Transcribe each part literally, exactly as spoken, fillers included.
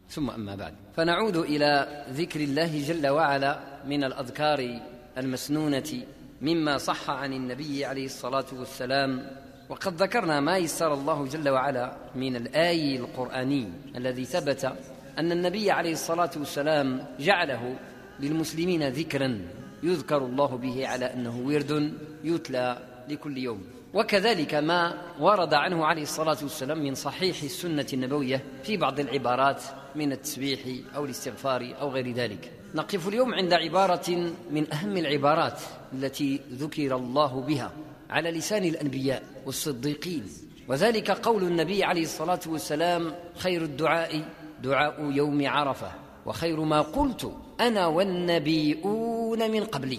ثم أما بعد، فنعود إلى ذكر الله جل وعلا من الأذكار المسنونة مما صح عن النبي عليه الصلاة والسلام. وقد ذكرنا ما يسر الله جل وعلا من الآي القرآني الذي ثبت أن النبي عليه الصلاة والسلام جعله للمسلمين ذكرا يذكر الله به على أنه ورد يتلى لكل يوم، وكذلك ما ورد عنه عليه الصلاة والسلام من صحيح السنة النبوية في بعض العبارات من التسبيح أو الاستغفار أو غير ذلك. نقف اليوم عند عبارة من أهم العبارات التي ذكر الله بها على لسان الأنبياء والصديقين، وذلك قول النبي عليه الصلاة والسلام: خير الدعاء دعاء يوم عرفة، وخير ما قلت أنا والنبيون من قبلي،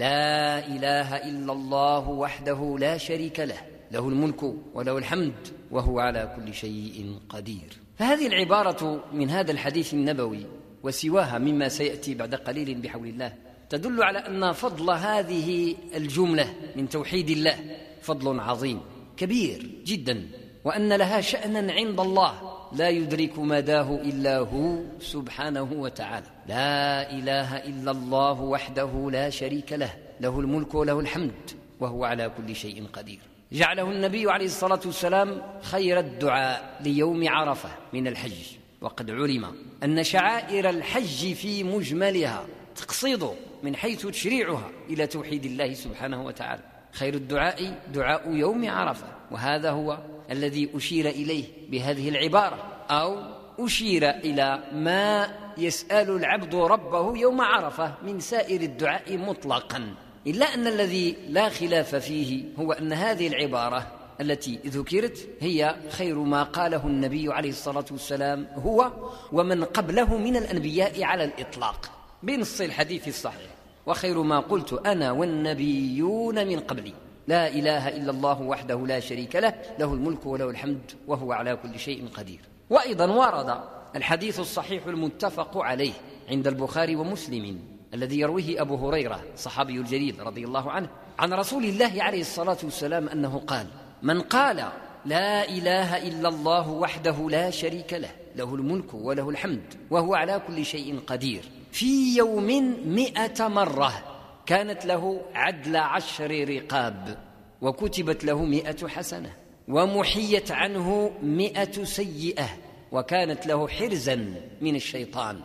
لا إله إلا الله وحده لا شريك له، له الملك وله الحمد وهو على كل شيء قدير. فهذه العبارة من هذا الحديث النبوي وسواها مما سيأتي بعد قليل بحول الله تدل على أن فضل هذه الجملة من توحيد الله فضل عظيم كبير جدا، وأن لها شأنا عند الله لا يدرك مداه إلا هو سبحانه وتعالى. لا إله إلا الله وحده لا شريك له، له الملك وله الحمد وهو على كل شيء قدير. جعله النبي عليه الصلاة والسلام خير الدعاء ليوم عرفة من الحج، وقد علم أن شعائر الحج في مجملها تقصد من حيث تشريعها إلى توحيد الله سبحانه وتعالى. خير الدعاء دعاء يوم عرفة، وهذا هو الذي أشير إليه بهذه العبارة، أو أشير إلى ما يسأل العبد ربه يوم عرفة من سائر الدعاء مطلقا، إلا أن الذي لا خلاف فيه هو أن هذه العبارة التي ذكرت هي خير ما قاله النبي عليه الصلاة والسلام هو ومن قبله من الأنبياء على الإطلاق بنص الحديث الصحيح: وخير ما قلت أنا والنبيون من قبلي، لا إله إلا الله وحده لا شريك له، له الملك وله الحمد وهو على كل شيء قدير. وأيضا ورد الحديث الصحيح المتفق عليه عند البخاري ومسلم الذي يرويه أبو هريرة صحابي الجليل رضي الله عنه عن رسول الله عليه الصلاة والسلام أنه قال: من قال لا إله إلا الله وحده لا شريك له، له الملك وله الحمد وهو على كل شيء قدير، في يوم مئة مرة كانت له عدل عشر رقاب، وكتبت له مئة حسنة، ومحيت عنه مئة سيئة، وكانت له حرزا من الشيطان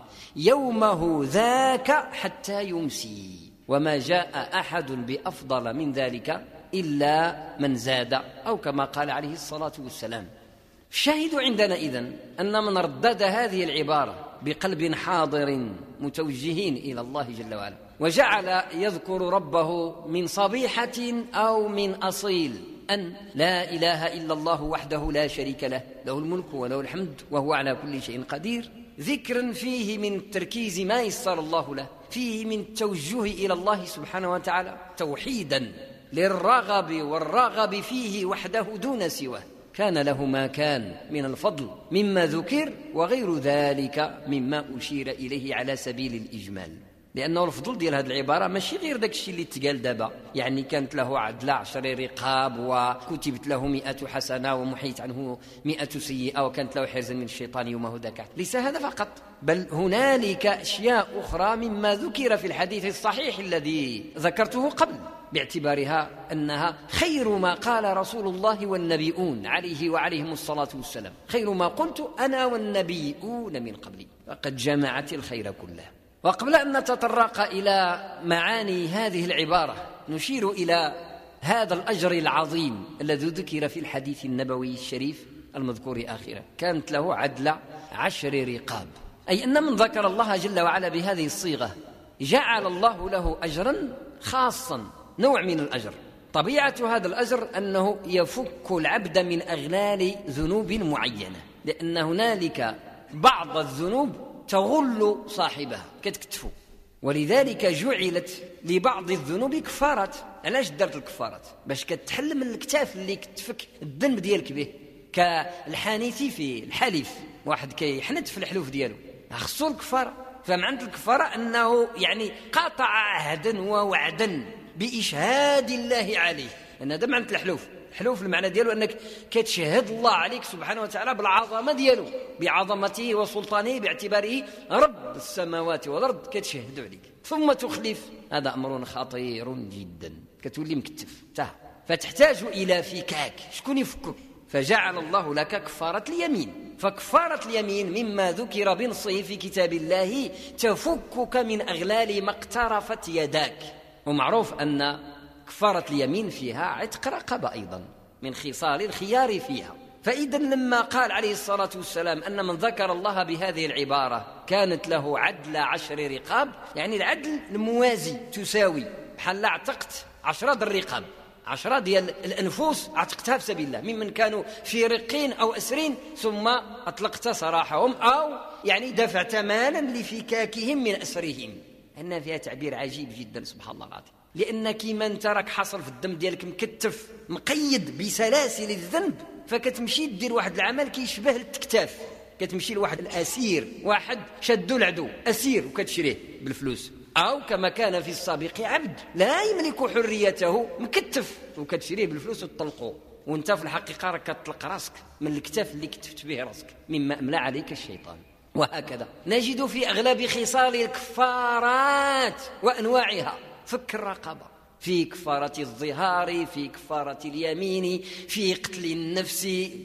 يومه ذاك حتى يمسي، وما جاء أحد بأفضل من ذلك إلا من زاد، أو كما قال عليه الصلاة والسلام. الشاهد عندنا إذن أن من ردد هذه العبارة بقلب حاضر متوجهين إلى الله جل وعلا، وجعل يذكر ربه من صبيحة أو من أصيل أن لا إله إلا الله وحده لا شريك له، له الملك وله الحمد وهو على كل شيء قدير، ذكرا فيه من التركيز ما يسر الله له، فيه من التوجه إلى الله سبحانه وتعالى توحيدا للرغب والرغب فيه وحده دون سواه، كان له ما كان من الفضل مما ذكر وغير ذلك مما أشير إليه على سبيل الإجمال. لأنه الفضل ديال هذه العبارة ماشي غير داك الشيء اللي تقال دابا، يعني كانت له عدل عشر رقاب وكتبت له مئة حسنة ومحيت عنه مئة سيئة وكانت له حرزا من الشيطان يومه ذاك، ليس هذا فقط، بل هنالك أشياء أخرى مما ذكر في الحديث الصحيح الذي ذكرته قبل، باعتبارها أنها خير ما قال رسول الله والنبيون عليه وعليهم الصلاة والسلام، خير ما قلت أنا والنبيون من قبلي، فقد جمعت الخير كله. وقبل أن نتطرق إلى معاني هذه العبارة نشير إلى هذا الأجر العظيم الذي ذكر في الحديث النبوي الشريف المذكور آخرا، كانت له عدل عشر رقاب، أي أن من ذكر الله جل وعلا بهذه الصيغة جعل الله له أجرا خاصا، نوع من الأجر. طبيعة هذا الأجر أنه يفك العبد من أغلال ذنوب معينة، لأن هنالك بعض الذنوب تغل صاحبها كتكتفو، ولذلك جعلت لبعض الذنوب كفارات. علاش درت الكفارات؟ باش كتحل من الكتاف اللي كتفك الذنب ديالك به، كالحانث في الحلف، واحد كيحنت في الحلوف ديالو خصو الكفارة، فمعنى الكفارة أنه يعني قاطع عهدا ووعدا بإشهاد الله عليه، أن هذا معنى الحلوف، حلو في المعنى ديالو أنك كتشهد الله عليك سبحانه وتعالى بالعظمة ديالو، بعظمته وسلطانه، باعتباره رب السماوات والأرض، كتشهد عليك ثم تخلف. هذا أمر خطير جدا، كتولي مكتف تاه. فتحتاج إلى فكاك. شكون يفكك؟ فجعل الله لك كفارة اليمين. فكفارة اليمين مما ذكر بنصه في كتاب الله تفكك من أغلال ما اقترفت يداك. ومعروف أن كفارة اليمين فيها عتق رقبة أيضا من خصال الخيار فيها. فإذا لما قال عليه الصلاة والسلام أن من ذكر الله بهذه العبارة كانت له عدل عشر رقاب، يعني العدل الموازي تساوي بحال اعتقت عشرة الرقاب، عشرة ديال الأنفس عتقتها في سبيل الله، ممن كانوا في رقين أو أسرين ثم أطلقت سراحهم، أو يعني دفعت مالا لفكاكهم من أسرهم. أن فيها تعبير عجيب جدا سبحان الله العظيم، لأنك من ترك حصل في الدم ديالك مكتف مقيد بسلاسل الذنب، فكتمشي دير واحد العمل كيشبه التكتاف، كتمشي لواحد الأسير، واحد شدو العدو أسير وكتشريه بالفلوس، أو كما كان في السابق عبد لا يملك حريته مكتف وكتشريه بالفلوس وتطلقه، وانت في الحقيقة راك كتطلق راسك من الكتاف اللي كتفت به راسك مما أملى عليك الشيطان. وهكذا نجد في أغلب خصال الكفارات وأنواعها فك الرقبة، في كفارة الظهار، في كفارة اليمين، في قتل النفس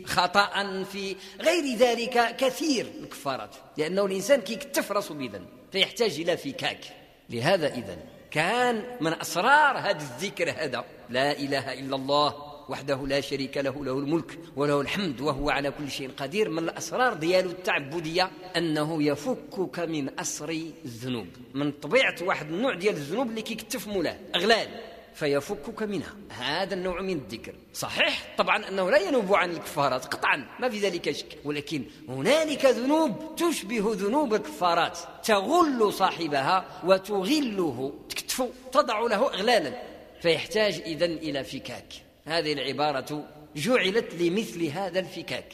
خطأ، في غير ذلك كثير الكفارات، لأنه الإنسان كيكتف راسه بذنب فيحتاج إلى فكاك. لهذا إذن كان من أسرار هذا الذكر هذا لا إله إلا الله وحده لا شريك له، له الملك وله الحمد وهو على كل شيء قدير. من الأسرار ديالو التعبدية أنه يفكك من أسر الذنوب، من طبيعة واحد النوع ديال الذنوب اللي كيكتف مولاه أغلال، فيفكك منها. هذا النوع من الذكر صحيح طبعا أنه لا ينوب عن الكفارات قطعا، ما في ذلك شك، ولكن هنالك ذنوب تشبه ذنوب الكفارات تغل صاحبها وتغله، تكتف تضع له أغلالا، فيحتاج إذن إلى فكاك. هذه العبارة جعلت لمثل هذا الفكاك،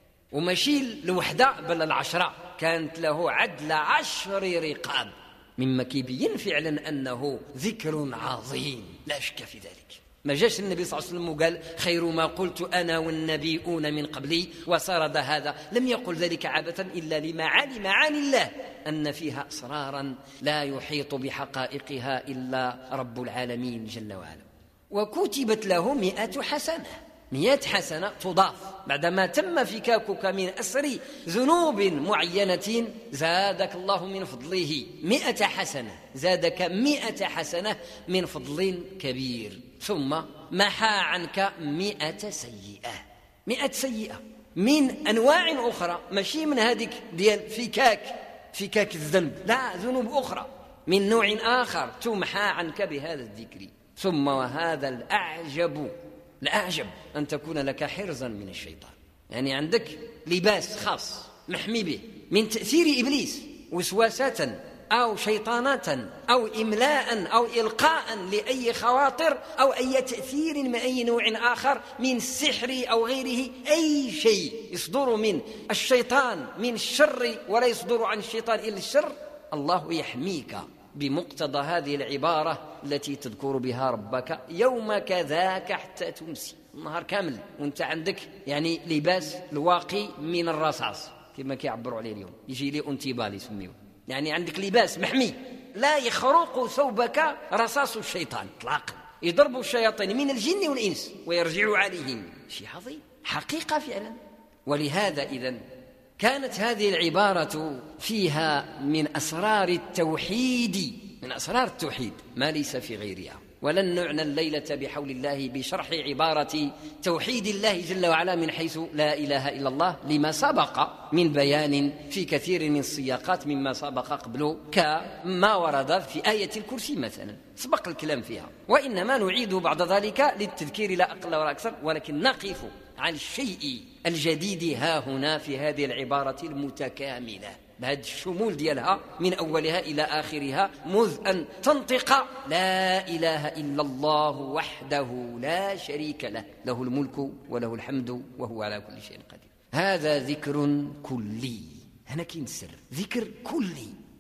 وماشي الوحدة بل العشرة، كانت له عدل عشر رقاب، مما كيبين فعلا أنه ذكر عظيم لا شك في ذلك. ما جاش النبي صلى الله عليه وسلم وقال خير ما قلت أنا والنبيون من قبلي وسرد هذا، لم يقل ذلك عبثا إلا لما علم عن الله أن فيها أسرارا لا يحيط بحقائقها إلا رب العالمين جل وعلا. وكتبت له مئة حسنة، مئة حسنة تضاف بعدما تم فكاكك من أسر ذنوب معينة، زادك الله من فضله مئة حسنة، زادك مئة حسنة من فضل كبير، ثم محى عنك مئة سيئة، مئة سيئة من أنواع أخرى، ماشي من هذيك ديال فكاك فكاك الذنب، لا، ذنوب أخرى من نوع آخر تمحى عنك بهذا الذكر. ثم وهذا الأعجب، الأعجب أن تكون لك حرزا من الشيطان، يعني عندك لباس خاص محمي به من تأثير إبليس، وسواسات أو شيطانات أو إملاء أو إلقاء لأي خواطر أو أي تأثير من أي نوع آخر من السحر أو غيره، أي شيء يصدر من الشيطان من الشر ولا يصدر عن الشيطان إلا الشر، الله يحميك بمقتضى هذه العبارة التي تذكر بها ربك يوم كذاك حتى تمسي، النهار كامل وانت عندك يعني لباس الواقي من الرصاص كما كيعبروا عليه اليوم، يجي لي انتبال يسميه، يعني عندك لباس محمي لا يخرق ثوبك رصاص الشيطان اطلاقا، يضرب الشياطين من الجن والإنس ويرجع عليهم، شيء عظيم حقيقة فعلا. ولهذا إذن كانت هذه العبارة فيها من أسرار التوحيد، من أسرار التوحيد ما ليس في غيرها. ولن نعنى الليلة بحول الله بشرح عبارة توحيد الله جل وعلا من حيث لا إله إلا الله، لما سبق من بيان في كثير من السياقات مما سبق قبله، كما ورد في آية الكرسي مثلا سبق الكلام فيها، وإنما نعيد بعد ذلك للتذكير لا أقل ولا أكثر، ولكن نقف عن الشيء الجديد ها هنا في هذه العبارة المتكاملة بهذا الشمول ديالها من أولها إلى آخرها، مذ أن تنطق لا إله إلا الله وحده لا شريك له، له الملك وله الحمد وهو على كل شيء قدير. هذا ذكر كلي، هنا كاين السر، ذكر كلي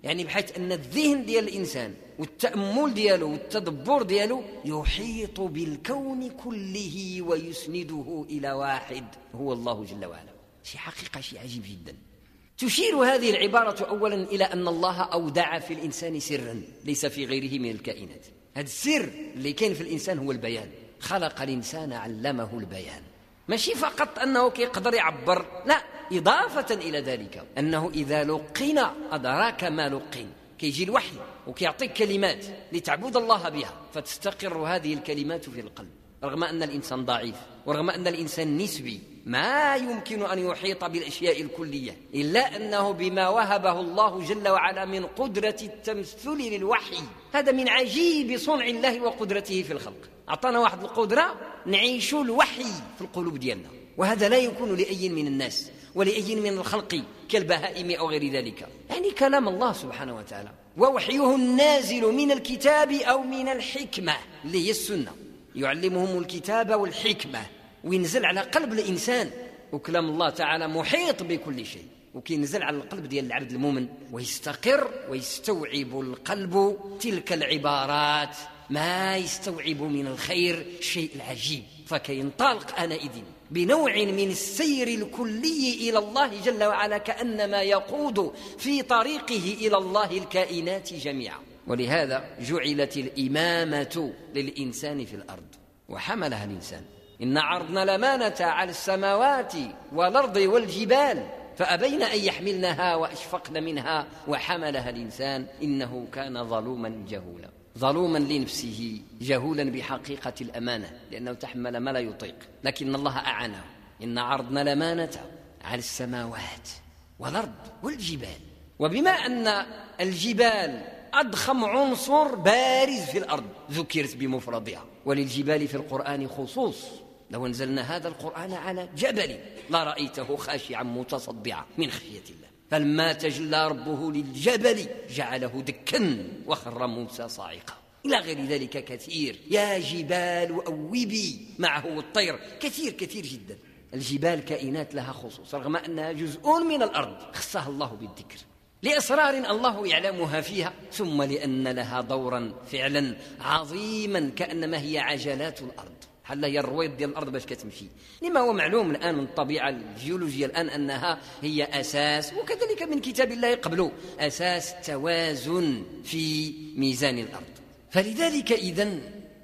يعني بحيث أن الذهن ديال الإنسان والتأمل دياله والتدبر دياله يحيط بالكون كله ويسنده إلى واحد هو الله جل وعلا. شيء حقيقة شيء عجيب جدا. تشير هذه العبارة أولا إلى أن الله أودع في الإنسان سرا ليس في غيره من الكائنات. هذا السر اللي كان في الإنسان هو البيان. خلق الإنسان علمه البيان، ماشي فقط أنه يقدر يعبر، لا، إضافة إلى ذلك أنه إذا لقن أدراك ما لقن، كيجي الوحي وكيعطيك كلمات لتعبد الله بها فتستقر هذه الكلمات في القلب. رغم أن الإنسان ضعيف ورغم أن الإنسان نسبي ما يمكن أن يحيط بالأشياء الكلية، إلا أنه بما وهبه الله جل وعلا من قدرة التمثل للوحي، هذا من عجيب صنع الله وقدرته في الخلق. أعطانا واحد القدرة نعيش الوحي في القلوب ديالنا، وهذا لا يكون لأي من الناس ولأي من الخلق كالبهائم أو غير ذلك. يعني كلام الله سبحانه وتعالى ووحيه النازل من الكتاب أو من الحكمة اللي هي السنة، يعلمهم الكتاب والحكمة وينزل على قلب الإنسان. وكلام الله تعالى محيط بكل شيء وكينزل على القلب ديال العبد المؤمن ويستقر ويستوعب القلب تلك العبارات ما يستوعب من الخير الشيء العجيب، فكينطلق آنئذ بنوع من السير الكلي إلى الله جل وعلا كأنما يقود في طريقه إلى الله الكائنات جميعا. ولهذا جعلت الإمامة للإنسان في الأرض وحملها الإنسان. إن عرضنا الأمانة على السماوات والأرض والجبال فأبين أن يحملنها وأشفقن منها وحملها الإنسان إنه كان ظلوما جهولا. ظلوما لنفسه جهولا بحقيقة الأمانة لأنه تحمل ما لا يطيق، لكن الله أعانه. إن عرضنا الأمانة على السماوات والأرض والجبال. وبما أن الجبال أضخم عنصر بارز في الأرض ذكرت بمفردها، وللجبال في القرآن خصوص. لو أنزلنا هذا القرآن على جبل لرأيته خاشعا متصدعا من خشية الله، فلما تجلى ربه للجبل جعله دكا وخر موسى صاعقا، إلى غير ذلك كثير. يا جبال أوبي معه الطير، كثير كثير جدا. الجبال كائنات لها خصوص رغم أنها جزء من الأرض خصها الله بالذكر لأسرار الله يعلمها فيها، ثم لأن لها دورا فعلا عظيما كأنما هي عجلات الأرض، حل هي الرويض ديال الأرض باش كتمشي. لما هو معلوم الآن من الطبيعة الجيولوجية الآن أنها هي أساس، وكذلك من كتاب الله قبله، أساس توازن في ميزان الأرض. فلذلك إذن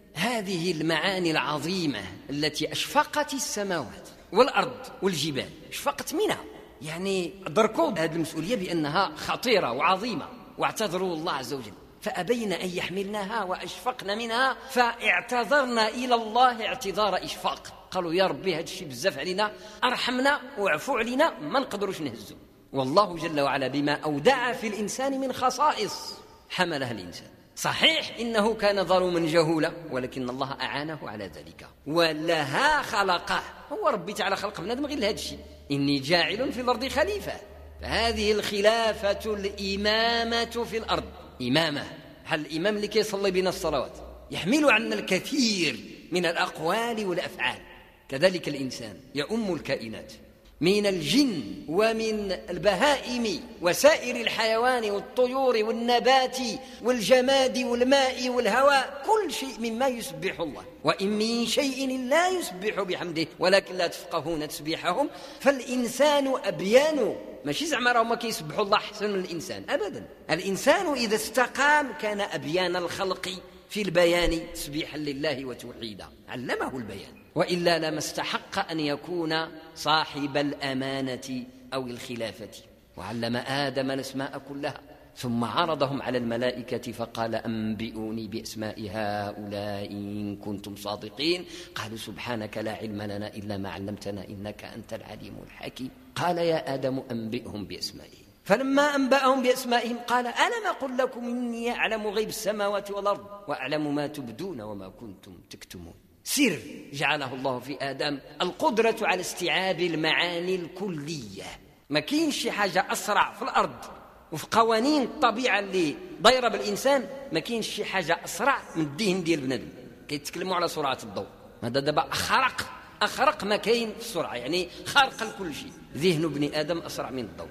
هذه المعاني العظيمة التي أشفقت السماوات والأرض والجبال اشفقت منها، يعني أدركوا هذه المسؤولية بأنها خطيرة وعظيمة واعتذروا الله عز وجل فأبين أن يحملناها وأشفقنا منها فاعتذرنا إلى الله اعتذار إشفاق. قالوا يا ربي هذا الشيء بزاف علينا، أرحمنا واعفو علينا ما نقدروش نهزو. والله جل وعلا بما أودع في الإنسان من خصائص حملها الإنسان. صحيح إنه كان ظلوما جهولا ولكن الله أعانه على ذلك ولها خلقه. هو ربي تعالى خلق بنادم غير لهذا الشيء، إني جاعل في الأرض خليفة. فهذه الخلافة الإمامة في الأرض، إمامة حل الإمام اللي كيصلي بنا الصلوات يحمل عنا الكثير من الأقوال والأفعال. كذلك الإنسان يؤم الكائنات من الجن ومن البهائم وسائر الحيوان والطيور والنبات والجماد والماء والهواء، كل شيء مما يسبح الله. وإن من شيء لا يسبح بحمده ولكن لا تفقهون تسبيحهم. فالإنسان أبيان، ماشي زعما راهما كيسبحوا الله أحسن من الإنسان أبدا. الإنسان إذا استقام كان أبيان الخلق في البيان تسبيحا لله وتوحيدا، علمه البيان، وإلا لما استحق أن يكون صاحب الأمانة أو الخلافة. وعلم آدم الأسماء كلها ثم عرضهم على الملائكة فقال أنبئوني بأسماء هؤلاء إن كنتم صادقين. قالوا سبحانك لا علم لنا إلا ما علمتنا إنك أنت العليم الحكيم. قال يا آدم أنبئهم بأسمائهم. فلما أنبأهم بأسمائهم قال ألم أقل لكم إني أعلم غيب السماوات والأرض وأعلم ما تبدون وما كنتم تكتمون. سر جعله الله في آدم القدرة على استيعاب المعاني الكلية. ما كاينش شي حاجة أسرع في الأرض وفي قوانين الطبيعة اللي دايرة بالإنسان، ما كاينش شي حاجة أسرع من الذهن ديال بنادم. كيتكلموا على سرعة الضوء، هذا دابا أخرق أخرق ما كاين في السرعة، يعني خارق لكل شيء. ذهن ابن آدم أسرع من الضوء.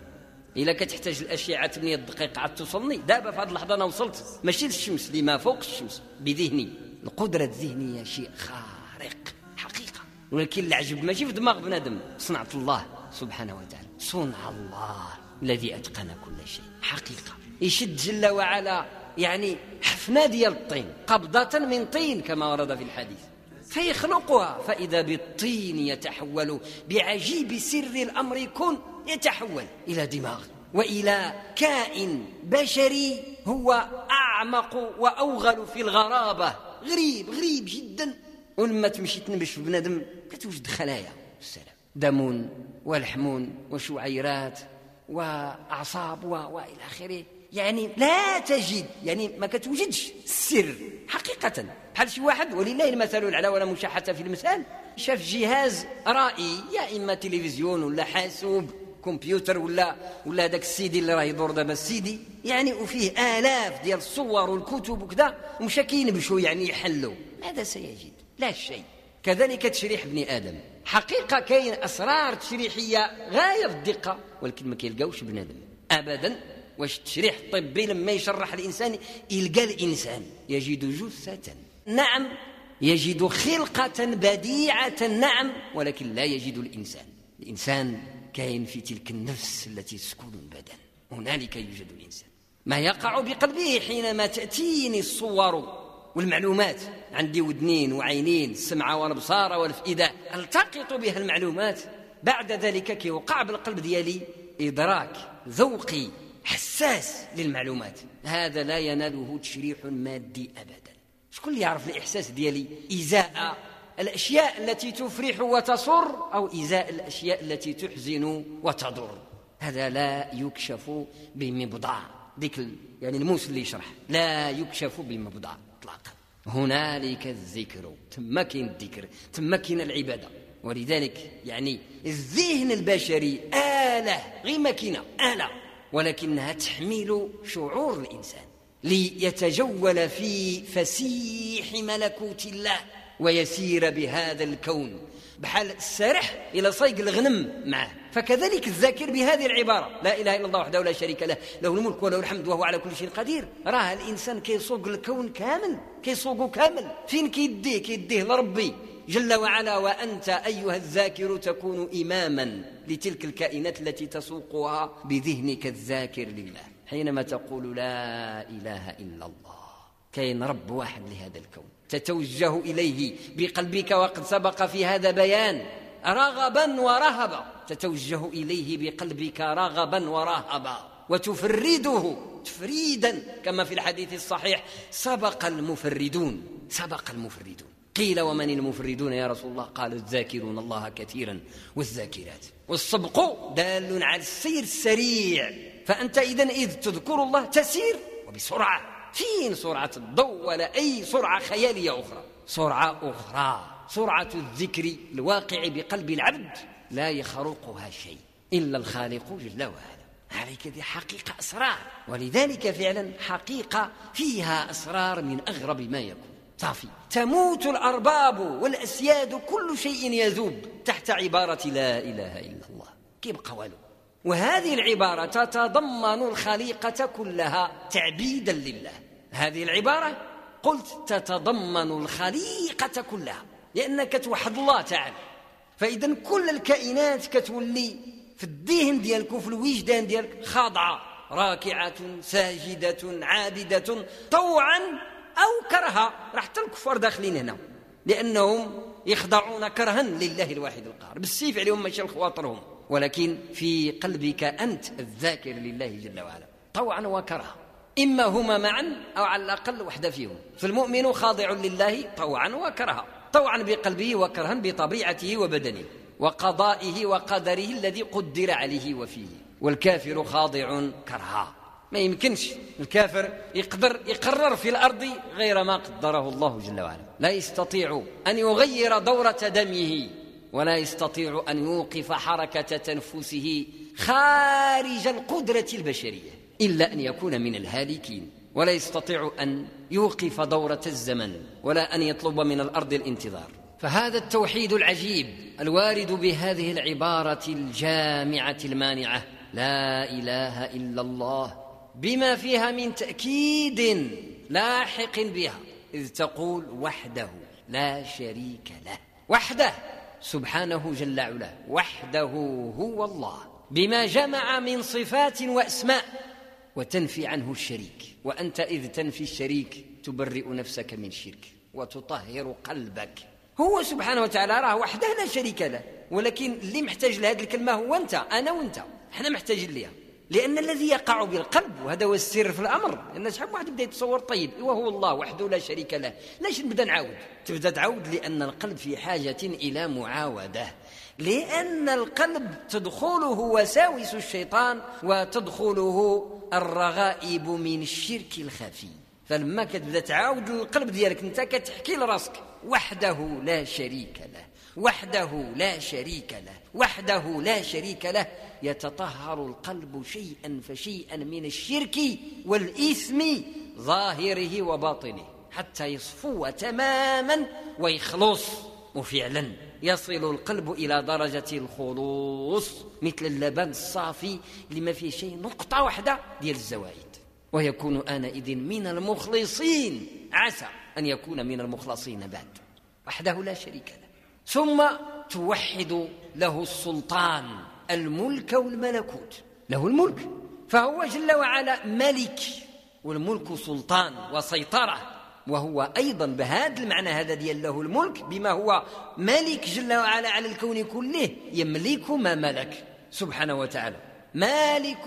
إلا كتحتاج الأشعة ثمانية دقائق عاد توصلني دابا في هذه اللحظة أنا وصلت ماشي للشمس لما فوق الشمس بذهني. القدرة الذهنية شيء خارق حقيقة، ولكن العجب ماشي في دماغ بنادم، صنعة الله سبحانه وتعالى، صنع الله الذي أتقن كل شيء حقيقة. يشد جل وعلا يعني حفنة ديال الطين، قبضة من طين كما ورد في الحديث، فيخلقها فإذا بالطين يتحول بعجيب سر الأمر يكون يتحول إلى دماغ وإلى كائن بشري هو أعمق وأوغل في الغرابة، غريب غريب جدا. ولما تمشي تنبش في بنادم كتوجد خلايا السلام، دم ولحم وشعيرات وأعصاب وإلى آخره، يعني لا تجد، يعني ما كتوجدش السر حقيقة. بحال شي واحد ولله المثل الأعلى ولا مشاحة في المثال شاف جهاز رائي، يا إما تلفزيون ولا حاسوب كمبيوتر ولا ولا داك السيدي اللي راه يدور دابا السيدي، يعني وفيه آلاف ديال الصور والكتب وكذا، ومشى كينبشوا يعني يحلوا، ماذا سيجد؟ لا شيء. كذلك تشريح ابن آدم، حقيقة كاين أسرار تشريحية غاية في الدقة، ولكن ما كيلقاوش بنادم أبدا. واش التشريح الطبي لما يشرح الإنسان يلقى الإنسان يجد جثة، نعم، يجد خلقة بديعة، نعم، ولكن لا يجد الإنسان. الإنسان كاين في تلك النفس التي تسكن البدن، هنالك يوجد الإنسان. ما يقع بقلبه حينما تأتيني الصور والمعلومات، عندي ودنين وعينين، السمع والبصار والأفئدة، التقط بها المعلومات، بعد ذلك كيوقع بالقلب ديالي إدراك ذوقي حساس للمعلومات. هذا لا يناله تشريح مادي أبدا. شكون اللي يعرف الإحساس ديالي إزاء الأشياء التي تفرح وتصر أو إزاء الأشياء التي تحزن وتضر؟ هذا لا يكشف بمبضع، ذيك يعني الموس اللي يشرح لا يكشف بمبضع اطلاقا. هنالك الذكر، تمكن الذكر، تمكن العبادة. ولذلك يعني الذهن البشري آلة غير ماكينة، آلة، ولكنها تحمل شعور الإنسان ليتجول في فسيح ملكوت الله ويسير بهذا الكون بحال السارح إلى صيق الغنم معه. فكذلك الذاكر بهذه العبارة لا إله إلا الله وحده لا شريك له، له الملك وله الحمد وهو على كل شيء قدير. راه الإنسان كيسوق الكون كامل، كيسوقه كامل. فين كيديه؟ كيديه لربي جل وعلا. وأنت أيها الذاكر تكون إماما لتلك الكائنات التي تسوقها بذهنك الذاكر لله. حينما تقول لا إله إلا الله، كاين رب واحد لهذا الكون، تتوجه إليه بقلبك، وقد سبق في هذا بيان، رغبا ورهبا، تتوجه إليه بقلبك رغبا ورهبا، وتفرده تفريدا كما في الحديث الصحيح: سبق المفردون، سبق المفردون. قيل ومن المفردون يا رسول الله؟ قال الذاكرون الله كثيرا والذاكرات. والسبق دال على السير السريع، فأنت إذن إذ تذكر الله تسير وبسرعة. فين سرعة الضوء ولا أي سرعة خيالية أخرى، سرعة أخرى، سرعة الذكر الواقع بقلب العبد لا يخرقها شيء إلا الخالق جل وعلا. عليك دي حقيقة أسرار، ولذلك فعلا حقيقة فيها أسرار من أغرب ما يكون. صافي تموت الأرباب والأسياد، كل شيء يذوب تحت عبارة لا إله إلا الله، كيبقى والو. وهذه العبارة تتضمن الخليقة كلها تعبيدا لله. هذه العبارة قلت تتضمن الخليقة كلها، لأنك توحد الله تعالى. فإذا كل الكائنات كتولي في الذهن ديالك وفي الوجدان ديالك خاضعة، راكعة ساجدة عابدة، طوعا أو كرها. راح حتى الكفار داخلين هنا، لأنهم يخضعون كرها لله الواحد القهار، بالسيف عليهم ماشي الخواطرهم، ولكن في قلبك أنت الذاكر لله جل وعلا طوعا وكرها، إما هما معا أو على الأقل وحده فيهم. فالمؤمن خاضع لله طوعا وكرها، طوعا بقلبه وكرها بطبيعته وبدنه وقضائه وقدره الذي قدر عليه وفيه. والكافر خاضع كرها، ما يمكنش الكافر يقدر يقرر في الأرض غير ما قدره الله جل وعلا. لا يستطيع أن يغير دورة دمه، ولا يستطيع أن يوقف حركة تنفسه خارج القدرة البشرية إلا أن يكون من الهالكين، ولا يستطيع أن يوقف دورة الزمن، ولا أن يطلب من الأرض الانتظار. فهذا التوحيد العجيب الوارد بهذه العبارة الجامعة المانعة لا إله إلا الله بما فيها من تأكيد لاحق بها، إذ تقول وحده لا شريك له، وحده سبحانه جل وعلا، وحده هو الله، بما جمع من صفات وأسماء، وتنفي عنه الشريك. وأنت إذ تنفي الشريك تبرئ نفسك من الشرك وتطهر قلبك. هو سبحانه وتعالى راه وحده لا شريك له، ولكن اللي محتاج لهذه الكلمة هو أنت، أنا وأنت، احنا محتاجين ليها، لأن الذي يقع بالقلب، وهذا هو السر في الأمر. لأن شحال واحد يبدا يتصور طيب وهو الله وحده لا شريك له، ليش نبدا نعاود؟ تبدا تعاود لأن القلب في حاجة إلى معاودة، لأن القلب تدخله وساوس الشيطان وتدخله الرغائب من الشرك الخفي. فلما كتبدا تعاود القلب ديالك انت كتحكي لراسك وحده لا شريك له، وحده لا شريك له، وحده لا شريك له، يتطهر القلب شيئا فشيئا من الشرك والإثم ظاهره وباطنه، حتى يصفو تماما ويخلص. وفعلا يصل القلب إلى درجة الخلوص مثل اللبن الصافي اللي ما فيه شيء، نقطة واحدة ديال الزوائد، ويكون آنئذ من المخلصين، عسى أن يكون من المخلصين بعد. وحده لا شريك له. ثم توحد له السلطان، الملك والملكوت، له الملك، فهو جل وعلا ملك، والملك سلطان وسيطرة، وهو أيضا بهذا المعنى هذا ديال له الملك، بما هو ملك جل وعلا على الكون كله، يملك ما ملك سبحانه وتعالى، مالك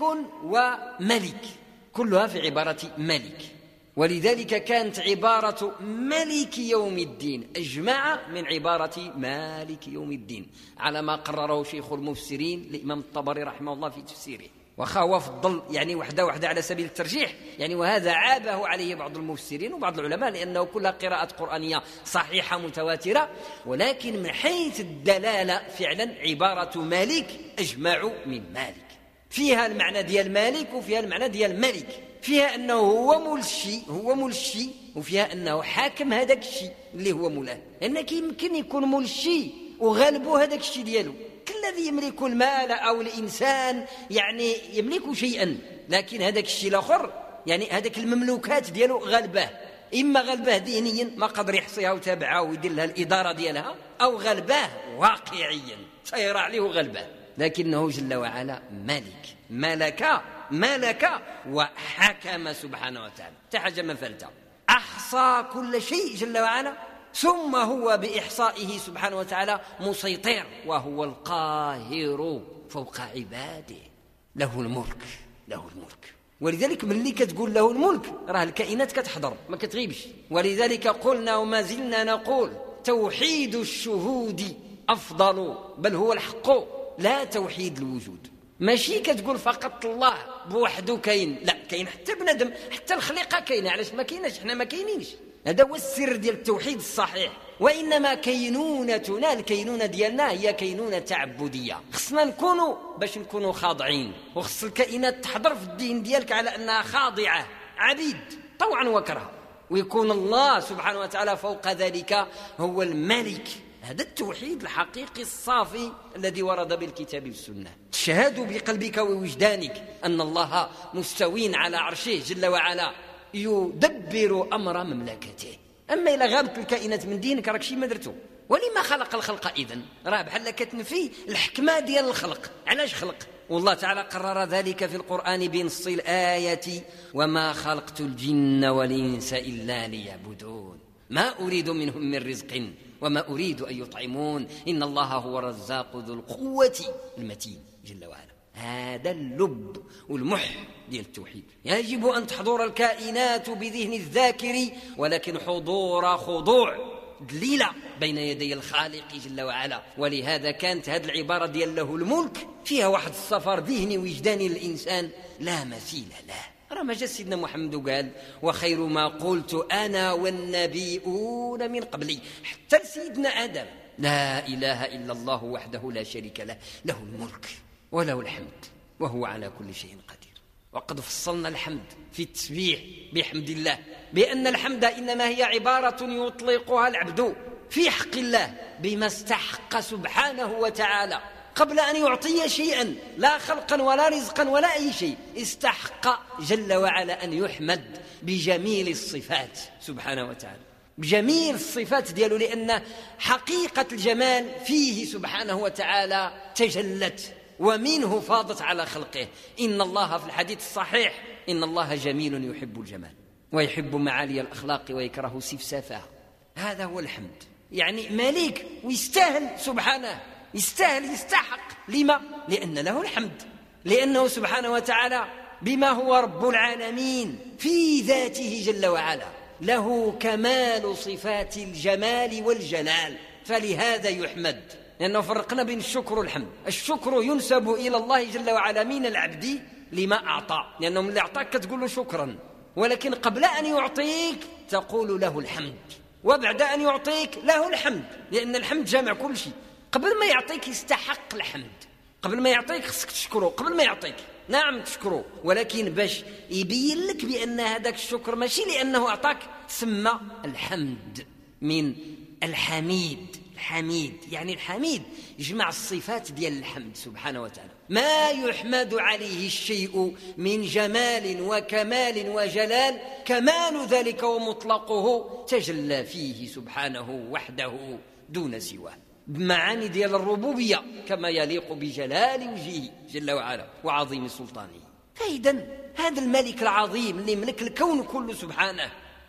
وملك، كلها في عبارة ملك. ولذلك كانت عبارة ملك يوم الدين أجمع من عبارة مالك يوم الدين، على ما قرره شيخ المفسرين الإمام الطبري رحمه الله في تفسيره. وخاوة فضل يعني وحده وحده على سبيل الترجيح يعني، وهذا عابه عليه بعض المفسرين وبعض العلماء، لأنه كلها قراءة قرآنية صحيحة متواترة، ولكن من حيث الدلالة فعلا عبارة مالك أجمع من مالك، فيها المعنى ديال مالك وفيها المعنى ديال ملك، فيها أنه هو ملشي هو ملشي وفيها أنه حاكم هذاك الشيء اللي هو مولاه، لأنك يمكن يكون ملشي وغالبه هذاك الشيء ديالو. الذي يملك المال أو الإنسان يعني يملك شيئا، لكن هذاك الشيء الآخر يعني هذاك المملوكات ديالو غالبه، إما غالبه ذهنيا ما قدر يحصيها وتابعها ويدير لها الإدارة ديالها، أو غالبه واقعيا سيرى عليه غالبه، لكنه جل وعلا ملك، ملك ملك وحكم سبحانه وتعالى، تحاجة ما فلت، أحصى كل شيء جل وعلا، ثم هو بإحصائه سبحانه وتعالى مسيطر، وهو القاهر فوق عباده، له الملك له الملك. ولذلك ملي كتقول له الملك راه الكائنات كتحضر ما كتغيبش. ولذلك قلنا وما زلنا نقول توحيد الشهود أفضل، بل هو الحق، لا توحيد الوجود. ماشي كتقول فقط الله بوحده كاين، لا، كاين حتى بنادم، حتى الخليقة كاينه، علاش ما كايناش؟ احنا ما كاينينش. هذا هو السر ديال التوحيد الصحيح. وإنما كينونتنا، الكينونة ديالنا هي كينونة تعبدية، خصنا نكونوا باش نكونوا خاضعين، وخص الكائنات تحضر في الدين ديالك على أنها خاضعة عبيد طوعا وكرها، ويكون الله سبحانه وتعالى فوق ذلك هو الملك. هذا التوحيد الحقيقي الصافي الذي ورد بالكتاب والسنة. تشهد بقلبك ووجدانك أن الله مستوين على عرشه جل وعلا يدبر أمر مملكته. أما إذا غابت الكائنات من دينك راك شي ما درتو. ولما خلق الخلق إذن؟ راه بحال كتنفي الحكمة ديال الخلق. علاش خلق؟ والله تعالى قرر ذلك في القرآن بنص الآية: وما خلقت الجن والإنس إلا ليعبدون ما أريد منهم من رزق وما أريد أن يطعمون إن الله هو الرزاق ذو القوة المتين جل وعلا. هذا اللب والمح ديال التوحيد. يجب أن تحضر الكائنات بذهن الذاكر، ولكن حضور خضوع دليلة بين يدي الخالق جل وعلا. ولهذا كانت هذه العبارة ديال له الملك فيها واحد السفر ذهني وجداني للإنسان لا مثيل له. راه ما جاء سيدنا محمد وقال وخير ما قلت أنا والنبيون من قبلي، حتى سيدنا آدم لا إله إلا الله وحده لا شريك له، له الملك وله الحمد وهو على كل شيء قدير. وقد فصلنا الحمد في التسبيح بحمد الله بأن الحمد إنما هي عبارة يطلقها العبد في حق الله بما استحق سبحانه وتعالى، قبل أن يعطي شيئا لا خلقا ولا رزقا ولا أي شيء استحق جل وعلا أن يحمد بجميل الصفات سبحانه وتعالى، بجميل الصفات دياله، لأن حقيقة الجمال فيه سبحانه وتعالى تجلت ومنه فاضت على خلقه. إن الله في الحديث الصحيح إن الله جميل يحب الجمال ويحب معالي الأخلاق ويكره سفسافها. هذا هو الحمد، يعني مليك ويستاهل سبحانه، يستاهل يستحق. لما؟ لأن له الحمد، لأنه سبحانه وتعالى بما هو رب العالمين في ذاته جل وعلا له كمال صفات الجمال والجلال، فلهذا يحمد. لأنه فرقنا بين الشكر والحمد. الشكر ينسب إلى الله جل وعلا من العبد لما أعطى، لأنه من اللي أعطاك تقول له شكرا، ولكن قبل أن يعطيك تقول له الحمد، وبعد أن يعطيك له الحمد، لأن الحمد جامع كل شيء. قبل ما يعطيك يستحق الحمد، قبل ما يعطيك خصك تشكره، قبل ما يعطيك نعم تشكره، ولكن باش يبين لك بأن هذاك الشكر ماشي لأنه أعطاك، تسمى الحمد من الحميد. الحميد يعني الحميد يجمع الصفات ديال الحمد سبحانه وتعالى، ما يحمد عليه الشيء من جمال وكمال وجلال، كمال ذلك ومطلقه تجلى فيه سبحانه وحده دون سواه، بمعاني ديال الربوبية كما يليق بجلال وجهه جل وعلا وعظيم سلطانه. فإذا هذا الملك العظيم اللي ملك الكون كله سبحانه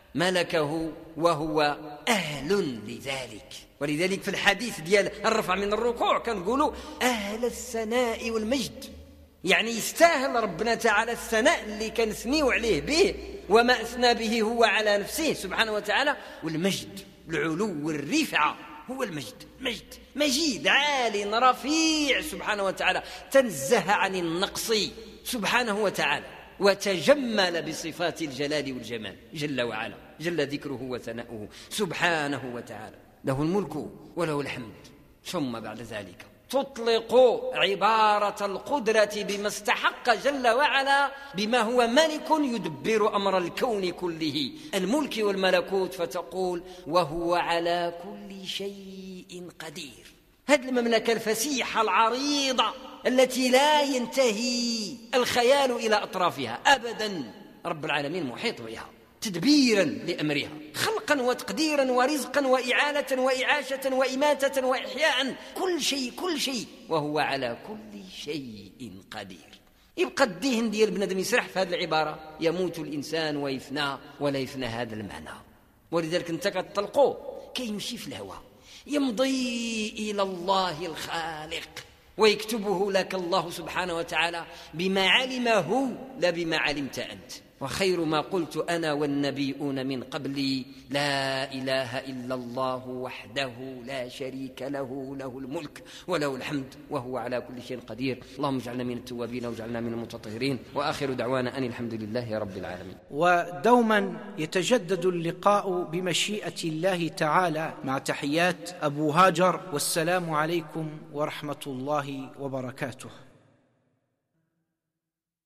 ملكه وهو أهل لذلك. ولذلك في الحديث ديال الرفع من الركوع كنقولوا أهل الثناء والمجد، يعني يستاهل ربنا تعالى الثناء اللي كنثنيو عليه به وما أثنى به هو على نفسه سبحانه وتعالى، والمجد العلو والرفعة هو المجد. مجد مجيد عال رفيع سبحانه وتعالى، تنزه عن النقص سبحانه وتعالى، وتجمل بصفات الجلال والجمال جل وعلا، جل ذكره وثناؤه سبحانه وتعالى. له الملك وله الحمد. ثم بعد ذلك تطلق عبارة القدرة بما استحق جل وعلا، بما هو ملك يدبر أمر الكون كله، الملك والملكوت، فتقول وهو على كل شيء قدير. هذه المملكة الفسيحة العريضة التي لا ينتهي الخيال إلى أطرافها أبدا، رب العالمين محيط بها تدبيرا لأمرها، خلقا وتقديرا ورزقا وإعانة وإعاشة وإماتة وإحياء، كل شيء كل شيء، وهو على كل شيء قدير. يبقى الدهن ديال بنادم يسرح في هذه العبارة، يموت الإنسان ويفنى ولا يفنى هذا المعنى. ولذلك انت كتطلقوه كيمشي في الهواء، يمضي إلى الله الخالق ويكتبه لك الله سبحانه وتعالى بما علمه لا بما علمت أنت. وخير ما قلت أنا والنبيون من قبلي لا إله إلا الله وحده لا شريك له، له الملك وله الحمد وهو على كل شيء قدير. اللهم اجعلنا من التوابين واجعلنا من المتطهرين، وآخر دعوانا أن الحمد لله رب العالمين. ودوما يتجدد اللقاء بمشيئة الله تعالى، مع تحيات أبو هاجر، والسلام عليكم ورحمة الله وبركاته.